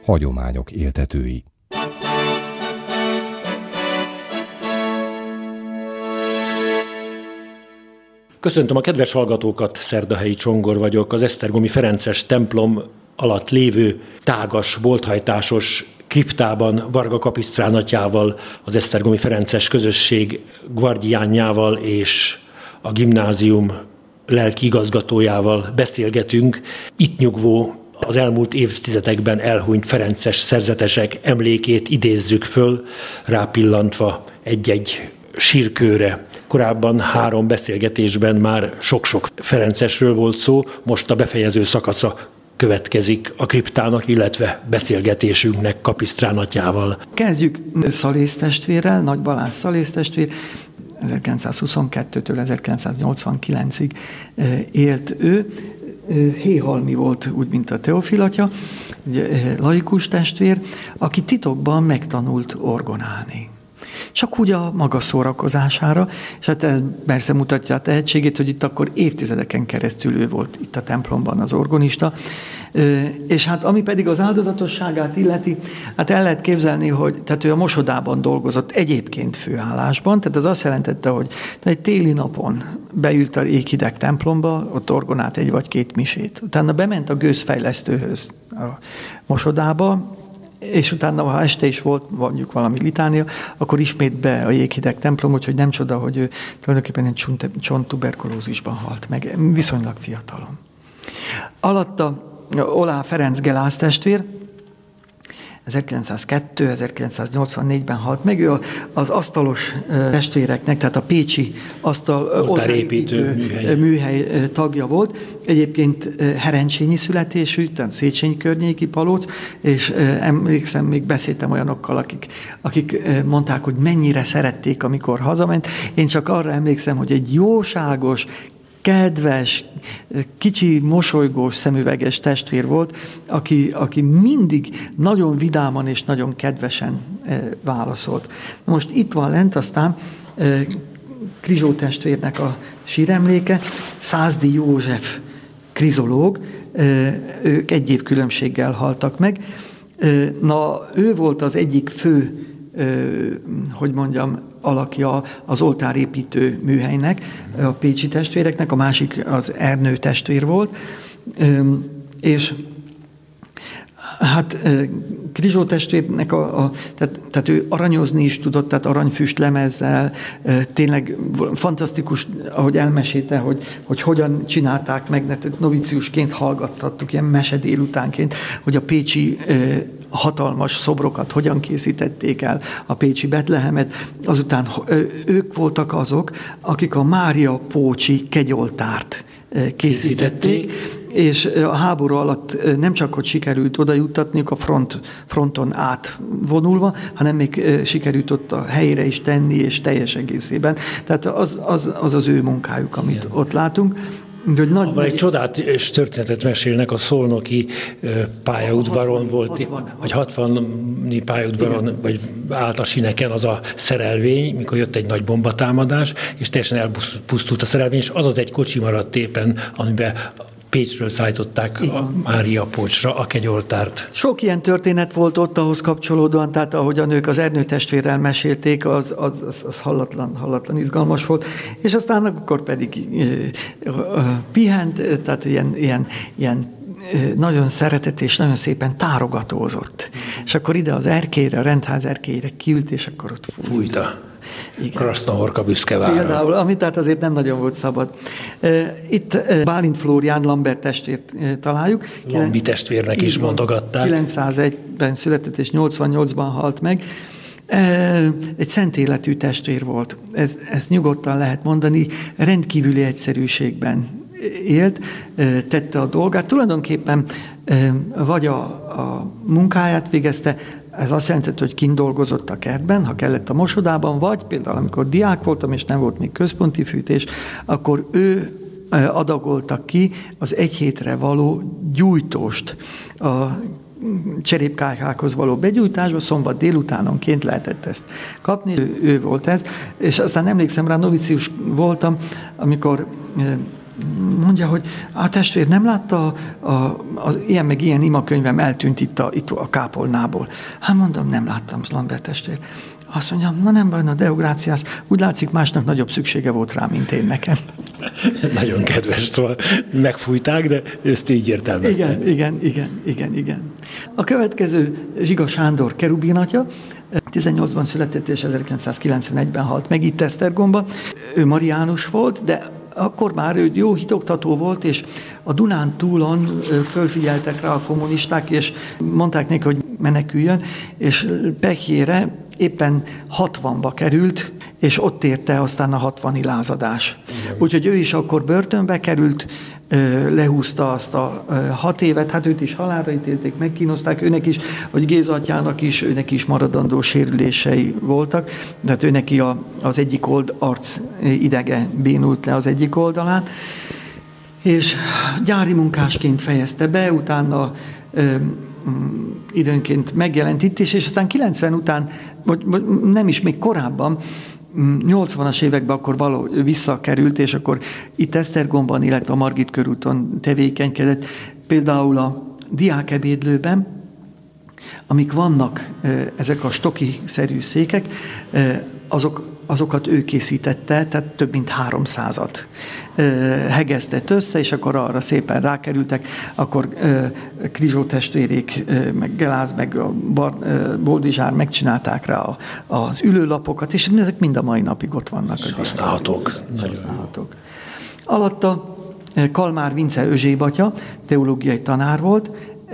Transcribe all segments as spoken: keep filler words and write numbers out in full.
hagyományok éltetői. Köszöntöm a kedves hallgatókat, Szerdahelyi Csongor vagyok, az esztergomi ferences templom alatt lévő tágas, bolthajtásos kriptában Varga Kapisztrán atyával, az esztergomi ferences közösség gvardiánjával és a gimnázium lelki igazgatójával beszélgetünk. Itt nyugvó, az elmúlt évtizedekben elhunyt ferences szerzetesek emlékét idézzük föl, rápillantva egy-egy sírkőre. Korábban három beszélgetésben már sok-sok ferencesről volt szó, most a befejező szakasza következik a kriptának, illetve beszélgetésünknek Kapisztrán atyával. Kezdjük Szalész testvérrel, Nagy Balázs Szalész testvér, ezerkilencszázhuszonkettőtől ezerkilencszáznyolcvankilencig élt ő. Héhalmi volt, úgy, mint a Teofil atya, laikus testvér, aki titokban megtanult orgonálni. Csak úgy a maga szórakozására, és hát ez persze mutatja a tehetségét, hogy itt akkor évtizedeken keresztül ő volt itt a templomban az orgonista, és hát ami pedig az áldozatosságát illeti, hát el lehet képzelni, hogy tehát ő a mosodában dolgozott egyébként főállásban, tehát az azt jelentette, hogy egy téli napon beült a éghideg templomba, ott orgonált egy vagy két misét. Utána bement a gőzfejlesztőhöz a mosodába, és utána, ha este is volt mondjuk valami litánia, akkor ismét be a jéghideg templom, úgyhogy nem csoda, hogy ő tulajdonképpen egy csonttuberkulózisban halt meg, viszonylag fiatalon. Alatta Olá Ferenc Gelász testvér, ezerkilencszázkettő ezerkilencszáznyolcvannégyben halt meg, ő az asztalos testvéreknek, tehát a pécsi asztal oltárépítő műhely. műhely tagja volt. Egyébként herencsényi születésű, tehát Széchenyi környéki palóc, és emlékszem, még beszéltem olyanokkal, akik, akik mondták, hogy mennyire szerették, amikor hazament. Én csak arra emlékszem, hogy egy jóságos, kedves, kicsi, mosolygós, szemüveges testvér volt, aki, aki mindig nagyon vidáman és nagyon kedvesen válaszolt. Na most itt van lent aztán Krizsó testvérnek a síremléke, Százdi József krizológ, ők egy év különbséggel haltak meg. Na, ő volt az egyik fő, hogy mondjam, alakja az oltárépítő műhelynek, a pécsi testvéreknek, a másik az Ernő testvér volt, és hát Krizsó testvérnek, a, a, tehát, tehát ő aranyozni is tudott, tehát aranyfüst lemezzel, tényleg fantasztikus, ahogy elmesélte, hogy, hogy hogyan csinálták meg, tehát noviciusként hallgattattuk, ilyen mese délutánként, hogy a pécsi hatalmas szobrokat hogyan készítették el, a pécsi Betlehemet, azután ők voltak azok, akik a Mária Pócsi kegyoltárt készítették, és a háború alatt nem csak, hogy sikerült oda juttatniuk a front, fronton átvonulva, hanem még sikerült ott a helyére is tenni, és teljes egészében. Tehát az az, az, az ő munkájuk, amit igen. ott látunk. Nagy, Abban nagy... egy csodát és történetet mesélnek, a szolnoki pályaudvaron volt, hatvan, vagy hatvani pályaudvaron, igen. vagy állt a sineken az a szerelvény, mikor jött egy nagy bombatámadás, és teljesen elpusztult a szerelvény, és az az egy kocsi maradt éppen, amiben Pécsről szállították igen. a Mária Pócsra a kegyoltárt. Sok ilyen történet volt ott ahhoz kapcsolódóan, tehát ahogy a nők az Ernő testvérrel mesélték, az, az, az, az hallatlan, hallatlan izgalmas volt, és aztán akkor pedig uh, uh, pihent, tehát ilyen, ilyen, ilyen nagyon szeretett és nagyon szépen tárogatózott. Mm. És akkor ide az erkélyre, a rendház erkélyre kiült, és akkor ott fújta. fújta. Krasznahorka büszkevára. Például, ami tehát azért nem nagyon volt szabad. Itt Bálint Flórián Lambert testvért találjuk. Lambi testvérnek is mondogatták. kilencszázegyben született és nyolcvannyolcban halt meg. Egy szent életű testvér volt. Ez, ezt nyugodtan lehet mondani. Rendkívüli egyszerűségben élt, tette a dolgát. Tulajdonképpen vagy a, a munkáját végezte, ez azt jelentett, hogy kint dolgozott a kertben, ha kellett a mosodában, vagy például amikor diák voltam, és nem volt még központi fűtés, akkor ő adagolta ki az egy hétre való gyújtóst. A cserépkályhákhoz való begyújtásba, szombat délutánonként lehetett ezt kapni, ő, ő volt ez, és aztán emlékszem rá, novicius voltam, amikor mondja, hogy a testvér nem látta, a, a, az ilyen meg ilyen imakönyvem eltűnt itt a, itt a kápolnából. Hát mondom, nem láttam, Lambert testvér. Azt mondja, na nem baj, na Deo gratias, úgy látszik, másnak nagyobb szüksége volt rá, mint én nekem. Nagyon kedves, szóval megfújták, de ezt így értelmeztem. Igen, igen, igen, igen, igen. A következő Zsiga Sándor kerubinatja, tizennyolcban született és ezerkilencszázkilencvenegyben halt meg itt Esztergomba. Ő mariánus volt, de akkor már ő jó hitoktató volt, és a Dunán túlon fölfigyeltek rá a kommunisták, és mondták neki, hogy meneküljön, és pekjére éppen hatvanba került, és ott érte aztán a hatvani lázadás. Úgyhogy ő is akkor börtönbe került, lehúzta azt a hat évet, hát őt is halálra ítélték, megkínozták, őnek is, hogy Géza atyának is, őnek is maradandó sérülései voltak, tehát ő neki a, az egyik old arc idege bénult le az egyik oldalán, és gyári munkásként fejezte be, utána ö, időnként megjelent itt is, és aztán kilencven után, vagy, vagy nem is, még korábban, nyolcvanas években akkor való visszakerült, és akkor itt Esztergomban, illetve a Margit körúton tevékenykedett, például a diákebédlőben, amik vannak, ezek a stoki-szerű székek, azok, azokat ő készítette, tehát több mint háromszázat hegesztett össze, és akkor arra szépen rákerültek, akkor Krizsó testvérék, meg Geláz, meg a Boldizsár megcsinálták rá az ülőlapokat, és ezek mind a mai napig ott vannak. Használhatók. Használhatók. Alatta Kalmár Vince Özsébatya, teológiai tanár volt,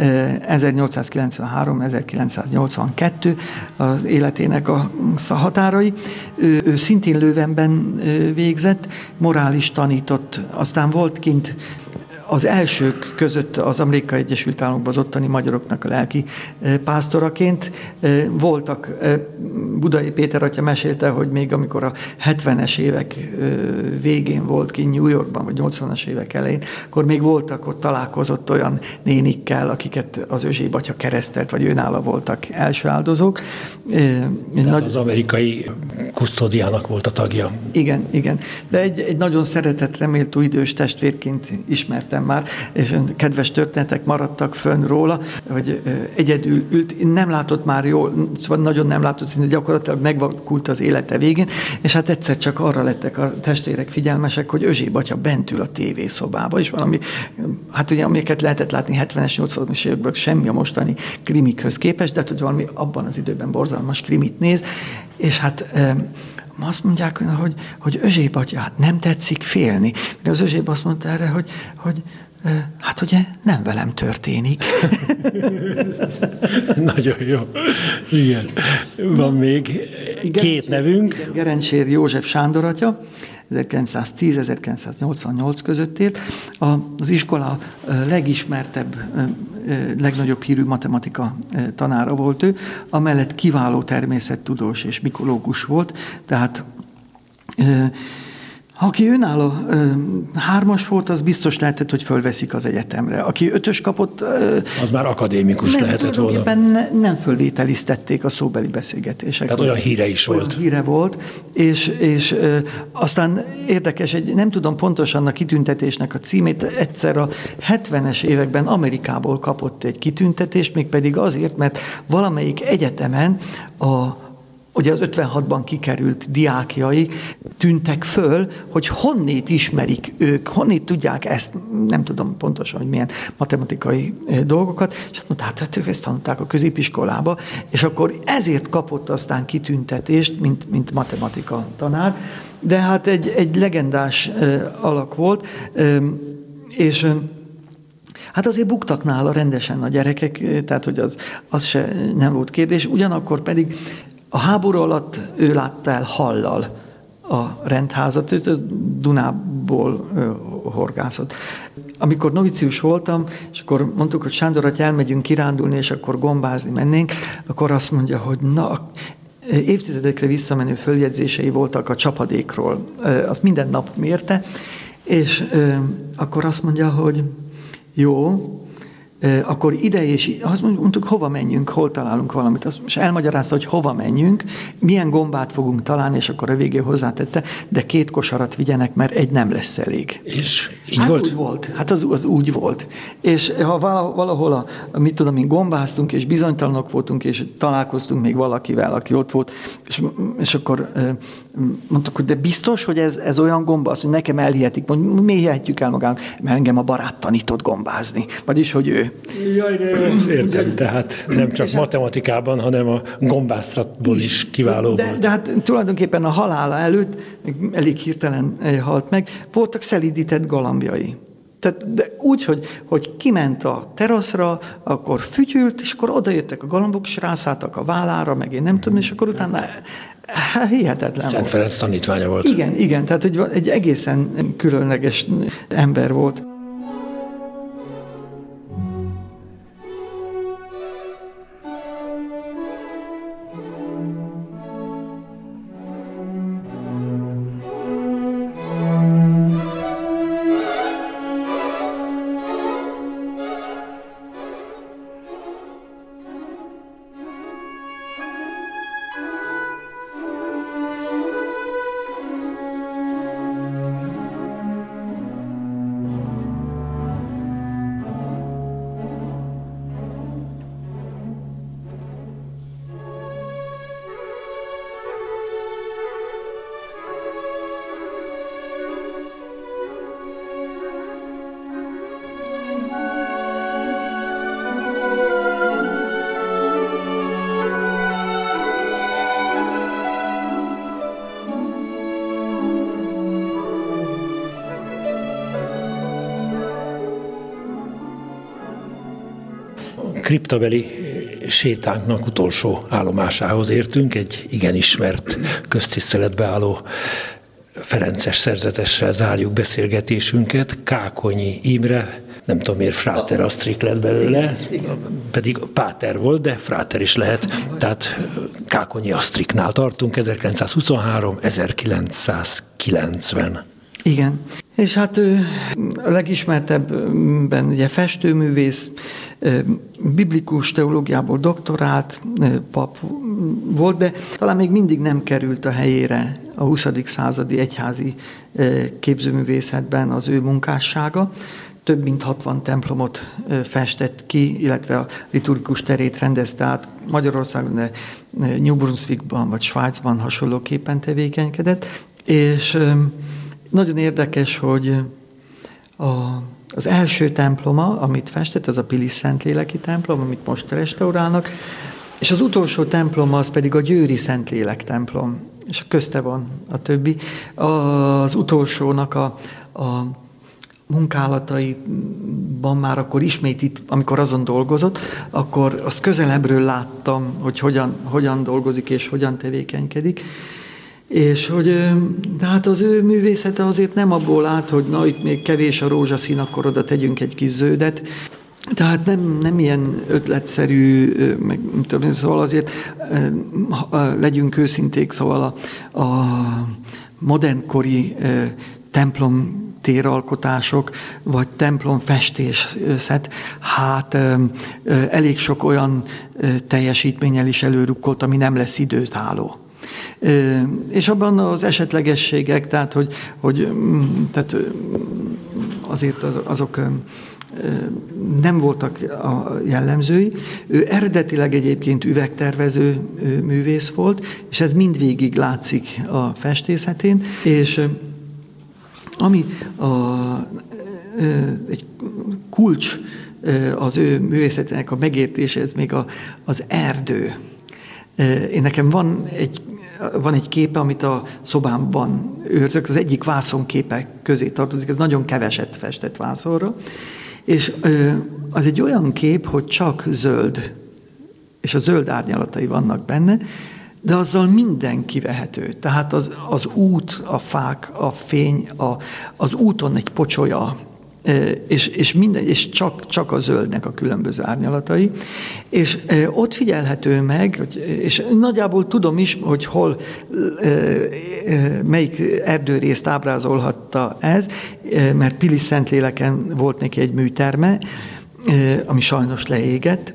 ezernyolcszázkilencvenhárom ezerkilencszáznyolcvankettő az életének a határai. Ő, ő szintén Leuvenben végzett, morális tanított, aztán volt kint az elsők között az Amerikai Egyesült Államokban az ottani magyaroknak a lelki pásztoraként. Voltak, Budai Péter atya mesélte, hogy még amikor a hetvenes évek végén volt ki New Yorkban, vagy nyolcvanas évek elején, akkor még voltak, ott találkozott olyan nénikkel, akiket az Özséb atya keresztelt, vagy őnála voltak első áldozók. Nagy... Az amerikai kusztódiának volt a tagja. Igen, igen. De egy, egy nagyon szeretett, reméltó idős testvérként ismertem már, és kedves történetek maradtak fönn róla, hogy egyedül ült, nem látott már jól, szóval nagyon nem látott, szinte gyakorlatilag megvakult az élete végén, és hát egyszer csak arra lettek a testvérek figyelmesek, hogy Özséb atya bent ül a tévészobába, és valami, hát ugye amiket lehetett látni hetvenes, nyolcvanas évekből, semmi a mostani krimikhöz képest, de hogy valami abban az időben borzalmas krimit néz, és hát azt mondják, hogy, hogy Özséb atya, hát nem tetszik félni. De az Özséb azt mondta erre, hogy, hogy hát ugye nem velem történik. Nagyon jó. Igen. Van még két nevünk. Gerencsér József Sándor atya, ezerkilencszáztíz ezerkilencszáznyolcvannyolc között élt. Az iskola legismertebb, legnagyobb hírű matematika tanára volt ő, amellett kiváló természettudós és mikológus volt, tehát aki önálló hármas volt, az biztos lehetett, hogy fölveszik az egyetemre. Aki ötös kapott... Az már akadémikus nem, lehetett volna. Ne, nem fölvételiztették a szóbeli beszélgetések. Tehát olyan híre is olyan volt. híre volt, és, és aztán érdekes, egy, nem tudom pontosan a kitüntetésnek a címét, egyszer a hetvenes években Amerikából kapott egy kitüntetést, mégpedig azért, mert valamelyik egyetemen a ugye az ötvenhatban kikerült diákjai tűntek föl, hogy honnét ismerik ők, honnét tudják ezt, nem tudom pontosan, hogy milyen matematikai dolgokat, és hát, hát, hát ők ezt tanulták a középiskolába, és akkor ezért kapott aztán kitüntetést, mint, mint matematika tanár, de hát egy, egy legendás alak volt, és hát azért buktak nála rendesen a gyerekek, tehát hogy az, az se nem volt kérdés, ugyanakkor pedig a háború alatt ő látta el hallal a rendházat, őt a Dunából horgászott. Amikor novicius voltam, és akkor mondtuk, hogy Sándor atya, elmegyünk kirándulni, és akkor gombázni mennénk, akkor azt mondja, hogy na, évtizedekre visszamenő följegyzései voltak a csapadékról. Azt minden nap mérte, és akkor azt mondja, hogy jó, akkor ide és azt mondtuk, hova menjünk, hol találunk valamit. Azt most elmagyarázta, hogy hova menjünk, milyen gombát fogunk találni, és akkor a végén hozzátette, de két kosarat vigyenek, mert egy nem lesz elég. És Így hát volt? Úgy volt. Hát az, az úgy volt. És ha valahol, a, mit tudom én, gombáztunk, és bizonytalanok voltunk, és találkoztunk még valakivel, aki ott volt, és, és akkor mondtuk, hogy de biztos, hogy ez, ez olyan gomba, azt, hogy nekem elhihetik, mondjuk, mi hihetjük el magának, mert engem a barát tanított gombázni. Vagyis, hogy ő. Jaj, de jó, értem, tehát nem csak matematikában, hanem a gombászatból is, is kiváló de, volt. De hát tulajdonképpen a halála előtt, elég hirtelen halt meg, voltak szelídített galambjai. Tehát, de úgy, hogy, hogy kiment a teraszra, akkor fütyült, és akkor odajöttek a galambok, és rászálltak a vállára, meg én nem tudom, és akkor utána hát, hihetetlen Szent volt. Ferenc tanítványa volt. Igen, igen, tehát egy, egy egészen különleges ember volt. Kriptabeli sétánknak utolsó állomásához értünk, egy igen ismert, köztiszteletbe álló ferences szerzetessel zárjuk beszélgetésünket. Kákonyi Imre, nem tudom miért Fráter Asztrik lett belőle, pedig Páter volt, de Fráter is lehet. Tehát Kákonyi Asztriknál tartunk, ezerkilencszázhuszonhárom ezerkilencszázkilencven. Igen. És hát ő a legismertebben ugye festőművész, biblikus teológiából doktorált pap volt, de talán még mindig nem került a helyére a huszadik századi egyházi képzőművészetben az ő munkássága. Több mint hatvan templomot festett ki, illetve a liturgikus terét rendezte át Magyarországon, de New Brunswickban vagy Svájcban hasonlóképpen tevékenykedett. És nagyon érdekes, hogy a, az első temploma, amit festett, az a Pilis Szentléleki templom, amit most restaurálnak, és az utolsó templom az pedig a Győri Szentlélek templom, és közte van a többi. Az utolsónak a, a munkálataiban már akkor ismét itt, amikor azon dolgozott, akkor azt közelebbről láttam, hogy hogyan, hogyan dolgozik és hogyan tevékenykedik. És hogy de hát az ő művészete azért nem abból állt, hogy na, itt még kevés a rózsaszín, akkor oda tegyünk egy kis zöldet. Tehát nem, nem ilyen ötletszerű, meg tudom, szóval azért legyünk őszinték, szóval a, a modernkori templom téralkotások, vagy templomfestészet, hát elég sok olyan teljesítménnyel is előrukkolt, ami nem lesz időtálló. És abban az esetlegességek, tehát, hogy, hogy tehát azért az, azok nem voltak a jellemzői. Ő eredetileg egyébként üvegtervező művész volt, és ez mindvégig látszik a festészetén, és ami a, egy kulcs az ő művészetének a megértése, ez még a, az erdő. Én nekem van egy, van egy képe, amit a szobámban őrzök, az egyik vászonképek közé tartozik, ez nagyon keveset festett vászonra, és az egy olyan kép, hogy csak zöld, és a zöld árnyalatai vannak benne, de azzal minden kivehető. Tehát az, az út, a fák, a fény, a, az úton egy pocsolya, és, és, minden, és csak, csak a zöldnek a különböző árnyalatai. És ott figyelhető meg, és nagyjából tudom is, hogy hol, melyik erdőrészt ábrázolhatta ez, mert Pilis Szentléleken volt neki egy műterme, ami sajnos leégett,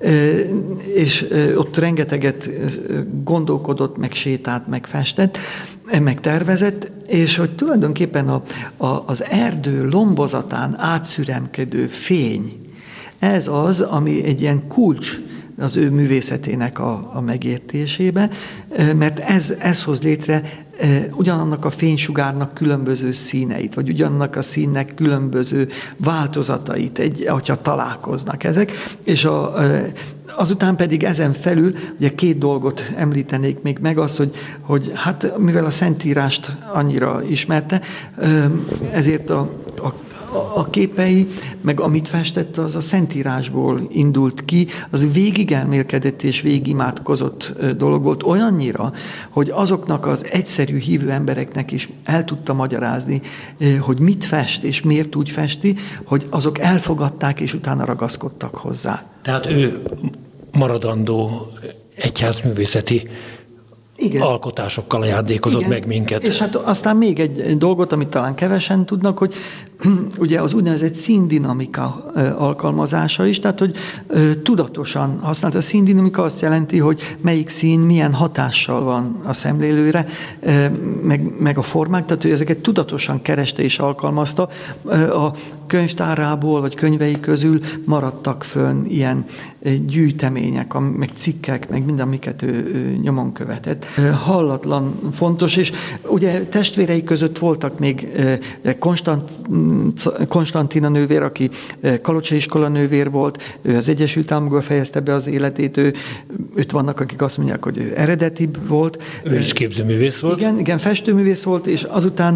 és ott rengeteget gondolkodott, meg sétált, meg festett, meg tervezett, és hogy tulajdonképpen a, a, az erdő lombozatán átszüremkedő fény, ez az, ami egy ilyen kulcs az ő művészetének a, a megértésébe, mert ez, ez hoz létre ugyanannak a fénysugárnak különböző színeit, vagy ugyanannak a színnek különböző változatait, egy, hogyha találkoznak ezek, és a, azután pedig ezen felül, ugye két dolgot említenék még meg, az, hogy, hogy hát mivel a Szentírást annyira ismerte, ezért a, a A képei, meg amit festett, az a Szentírásból indult ki, az végig elmélkedett és végig imádkozott dolog volt olyannyira, hogy azoknak az egyszerű hívő embereknek is el tudta magyarázni, hogy mit fest és miért úgy festi, hogy azok elfogadták és utána ragaszkodtak hozzá. Tehát ő maradandó egyházművészeti Igen. alkotásokkal ajándékozott Igen. meg minket. És hát aztán még egy dolgot, amit talán kevesen tudnak, hogy ugye az úgynevezett színdinamika alkalmazása is, tehát hogy tudatosan használt. A színdinamika azt jelenti, hogy melyik szín milyen hatással van a szemlélőre, meg, meg a formák, tehát hogy ezeket tudatosan kereste és alkalmazta. A könyvtárából, vagy könyvei közül maradtak fönn ilyen gyűjtemények, meg cikkek, meg minden, amiket ő, ő nyomon követett. Hallatlan fontos, és ugye testvérei között voltak még Konstant, Konstantina nővér, aki Kalocsai iskola nővér volt, ő az Egyesült Államokban fejezte be az életét, ő, őt vannak, akik azt mondják, hogy ő eredetibb volt. Ő is képzőművész volt? Igen, igen, festőművész volt, és azután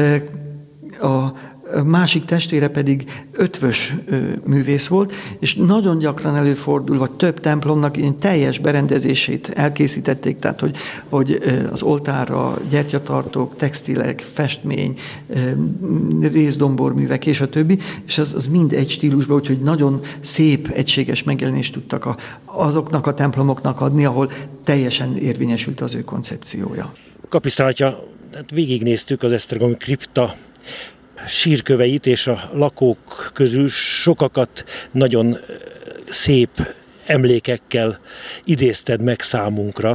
a másik testvére pedig ötvös művész volt, és nagyon gyakran előfordul, vagy több templomnak ilyen teljes berendezését elkészítették, tehát hogy, hogy az oltárra gyertyatartók, textilek, festmény, részdomborművek és a többi, és az, az mind egy stílusban, úgyhogy nagyon szép, egységes megjelenést tudtak a, azoknak a templomoknak adni, ahol teljesen érvényesült az ő koncepciója. Kapisztrán atya, végignéztük az esztergomi kripta sírköveit, és a lakók közül sokakat nagyon szép emlékekkel idézted meg számunkra.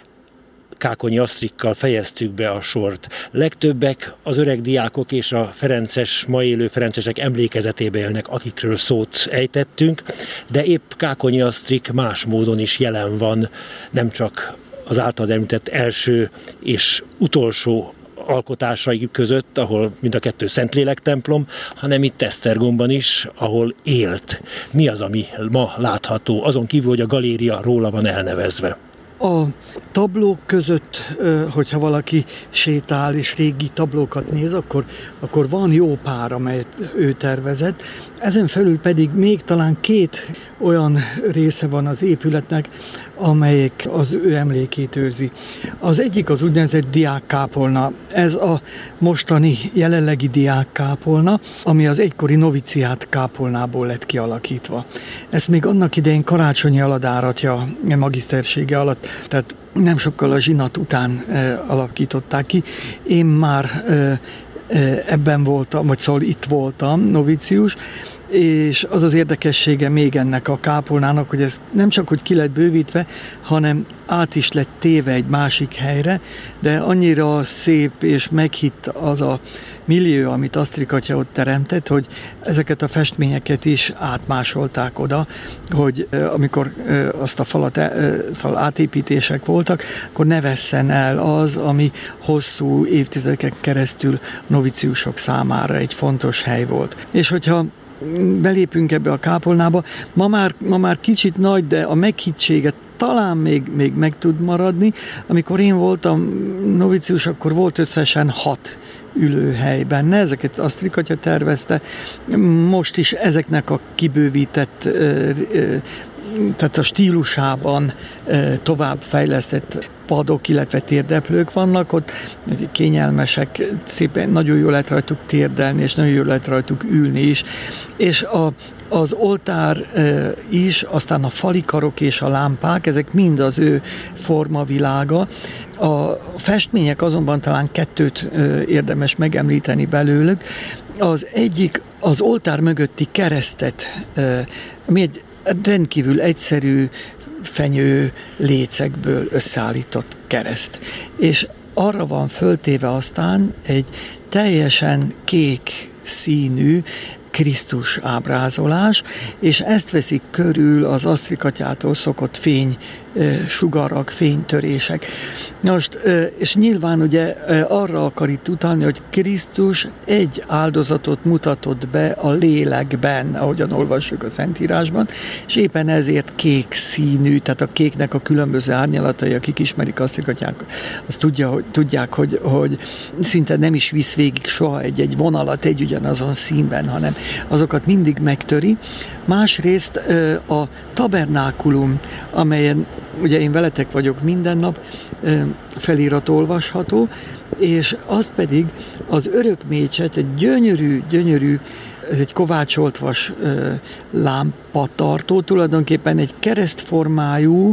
Kákonyi Asztrikkal fejeztük be a sort. Legtöbbek az öreg diákok és a ferences, ma élő ferencesek emlékezetébe élnek, akikről szót ejtettünk, de épp Kákonyi Asztrik más módon is jelen van, nem csak az általad említett első és utolsó alkotásai között, ahol mind a kettő Szentlélek templom, hanem itt Esztergomban is, ahol élt. Mi az, ami ma látható, azon kívül, hogy a galéria róla van elnevezve? A tablók között, hogyha valaki sétál és régi tablókat néz, akkor, akkor van jó pár, amelyet ő tervezett. Ezen felül pedig még talán két olyan része van az épületnek, amelyik az ő emlékét őrzi. Az egyik az úgynevezett diákkápolna. Ez a mostani jelenlegi diákkápolna, ami az egykori noviciát kápolnából lett kialakítva. Ezt még annak idején Karácsonyi Aladáratja magisztersége alatt, tehát nem sokkal a zsinat után e, alakították ki. Én már e, ebben voltam, vagy szóval itt voltam, novicius, és az az érdekessége még ennek a kápolnának, hogy ez nem csak, hogy ki lett bővítve, hanem át is lett téve egy másik helyre, de annyira szép és meghitt az a millió, amit Asztrik atya ott teremtett, hogy ezeket a festményeket is átmásolták oda, hogy amikor azt a falat szóval átépítések voltak, akkor ne vesszen el az, ami hosszú évtizedeken keresztül noviciusok számára egy fontos hely volt. És hogyha belépünk ebbe a kápolnába, ma már, ma már kicsit nagy, de a meghittséget talán még, még meg tud maradni. Amikor én voltam novicius, akkor volt összesen hat ülőhely benne, ezeket Asztrik atya tervezte. Most is ezeknek a kibővített, tehát a stílusában tovább fejlesztett padok, illetve térdeplők vannak ott, kényelmesek, szépen nagyon jól lehet rajtuk térdelni, és nagyon jól lehet rajtuk ülni is. És a, az oltár e, is, aztán a falikarok és a lámpák, ezek mind az ő formavilága. A festmények azonban talán kettőt e, érdemes megemlíteni belőlük. Az egyik az oltár mögötti keresztet, ami egy rendkívül egyszerű fenyő lécekből összeállított kereszt. És arra van föltéve aztán egy teljesen kék színű Krisztus ábrázolás, és ezt veszik körül az asztrikatyától szokott fény sugarak, fénytörések. Most, és nyilván ugye arra akar itt utalni, hogy Krisztus egy áldozatot mutatott be a lélekben, ahogyan olvassuk a Szentírásban, és éppen ezért kék színű, tehát a kéknek a különböző árnyalatai, akik ismerik asztrikatyákat, azt tudja, hogy, tudják, hogy, hogy szinte nem is visz végig soha egy-egy vonalat egy ugyanazon színben, hanem azokat mindig megtöri. Másrészt a tabernákulum, amelyen ugye én veletek vagyok minden nap, felirat olvasható, és azt pedig az örökmécset, egy gyönyörű, gyönyörű, ez egy kovácsolt vas lámpatartó, tulajdonképpen egy keresztformájú,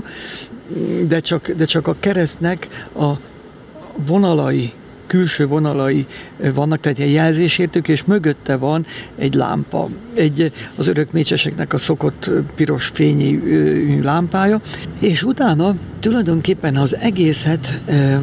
de csak, de csak a keresztnek a vonalai, külső vonalai vannak, tehát egy jelzésértők, és mögötte van egy lámpa, egy az örökmécseseknek a szokott piros fényű lámpája, és utána tulajdonképpen az egészet e, e,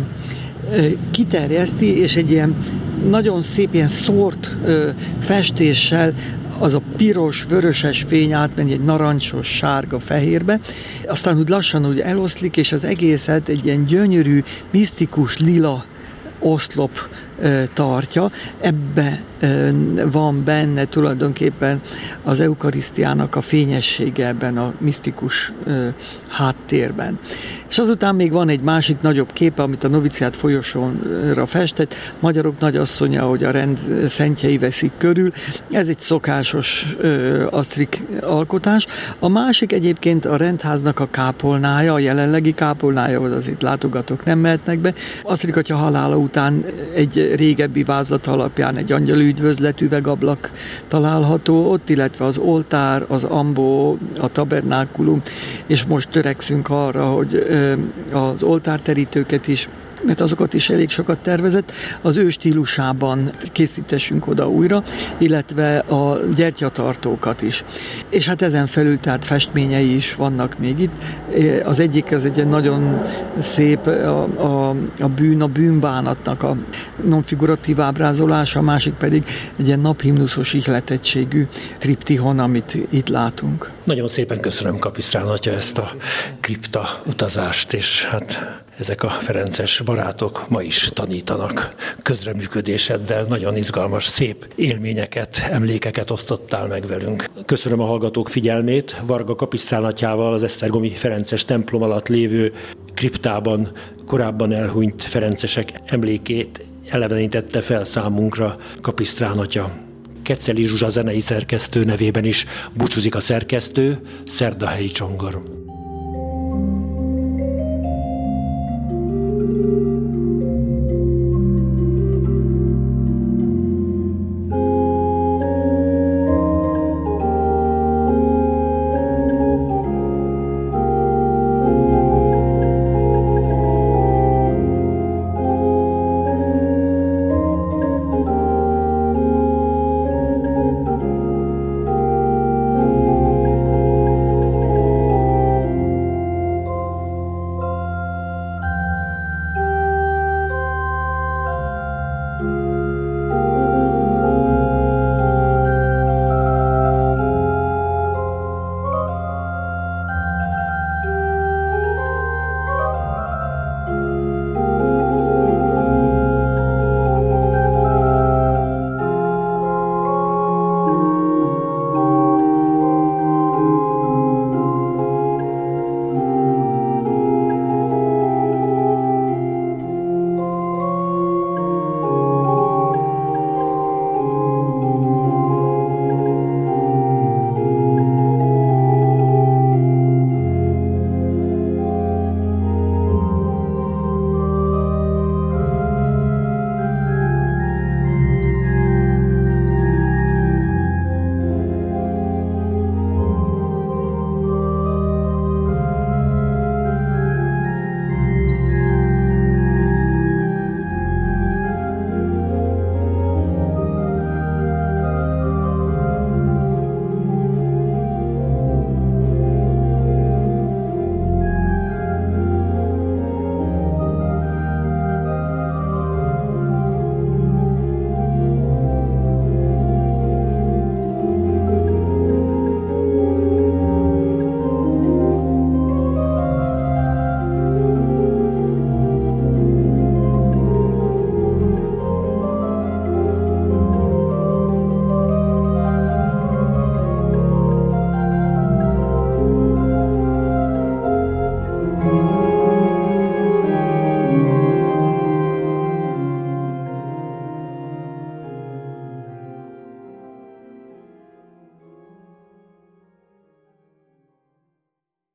kiterjeszti, és egy ilyen nagyon szép ilyen szórt e, festéssel az a piros, vöröses fény átmegy egy narancsos, sárga, fehérbe, aztán úgy lassan úgy eloszlik, és az egészet egy ilyen gyönyörű, misztikus, lila oszlop e, tartja. Ebbe e, van benne tulajdonképpen az eukarisztiának a fényessége ebben a misztikus e, háttérben. És azután még van egy másik nagyobb képe, amit a noviciát folyosónra festett, Magyarok nagyasszonya, hogy a rend szentjei veszik körül. Ez egy szokásos e, asztrik alkotás. A másik egyébként a rendháznak a kápolnája, a jelenlegi kápolnája, ahol azért látogatók nem mehetnek be. Asztrikatya halála után egy régebbi vázlat alapján egy angyali üdvözlet üvegablak található ott, illetve az oltár, az ambó, a tabernákulum, és most törekszünk arra, hogy az oltárterítőket is, mert azokat is elég sokat tervezett, az ő stílusában készítessünk oda újra, illetve a gyertyatartókat is. És hát ezen felül tehát festményei is vannak még itt. Az egyik az egy nagyon szép a, a, a bűn, a bűnbánatnak a nonfiguratív ábrázolása, a másik pedig egy ilyen naphimnuszos ihletettségű triptihon, amit itt látunk. Nagyon szépen köszönöm, Kapisztrán atya, ezt a kripta utazást, és hát ezek a ferences barátok ma is tanítanak közreműködéseddel, nagyon izgalmas, szép élményeket, emlékeket osztottál meg velünk. Köszönöm a hallgatók figyelmét. Varga Kapisztrán atyával az esztergomi ferences templom alatt lévő kriptában korábban elhunyt ferencesek emlékét elevenítette fel számunkra Kapisztrán atya. Keceli Zsuzsa zenei szerkesztő nevében is búcsúzik a szerkesztő, Szerdahelyi Csongor.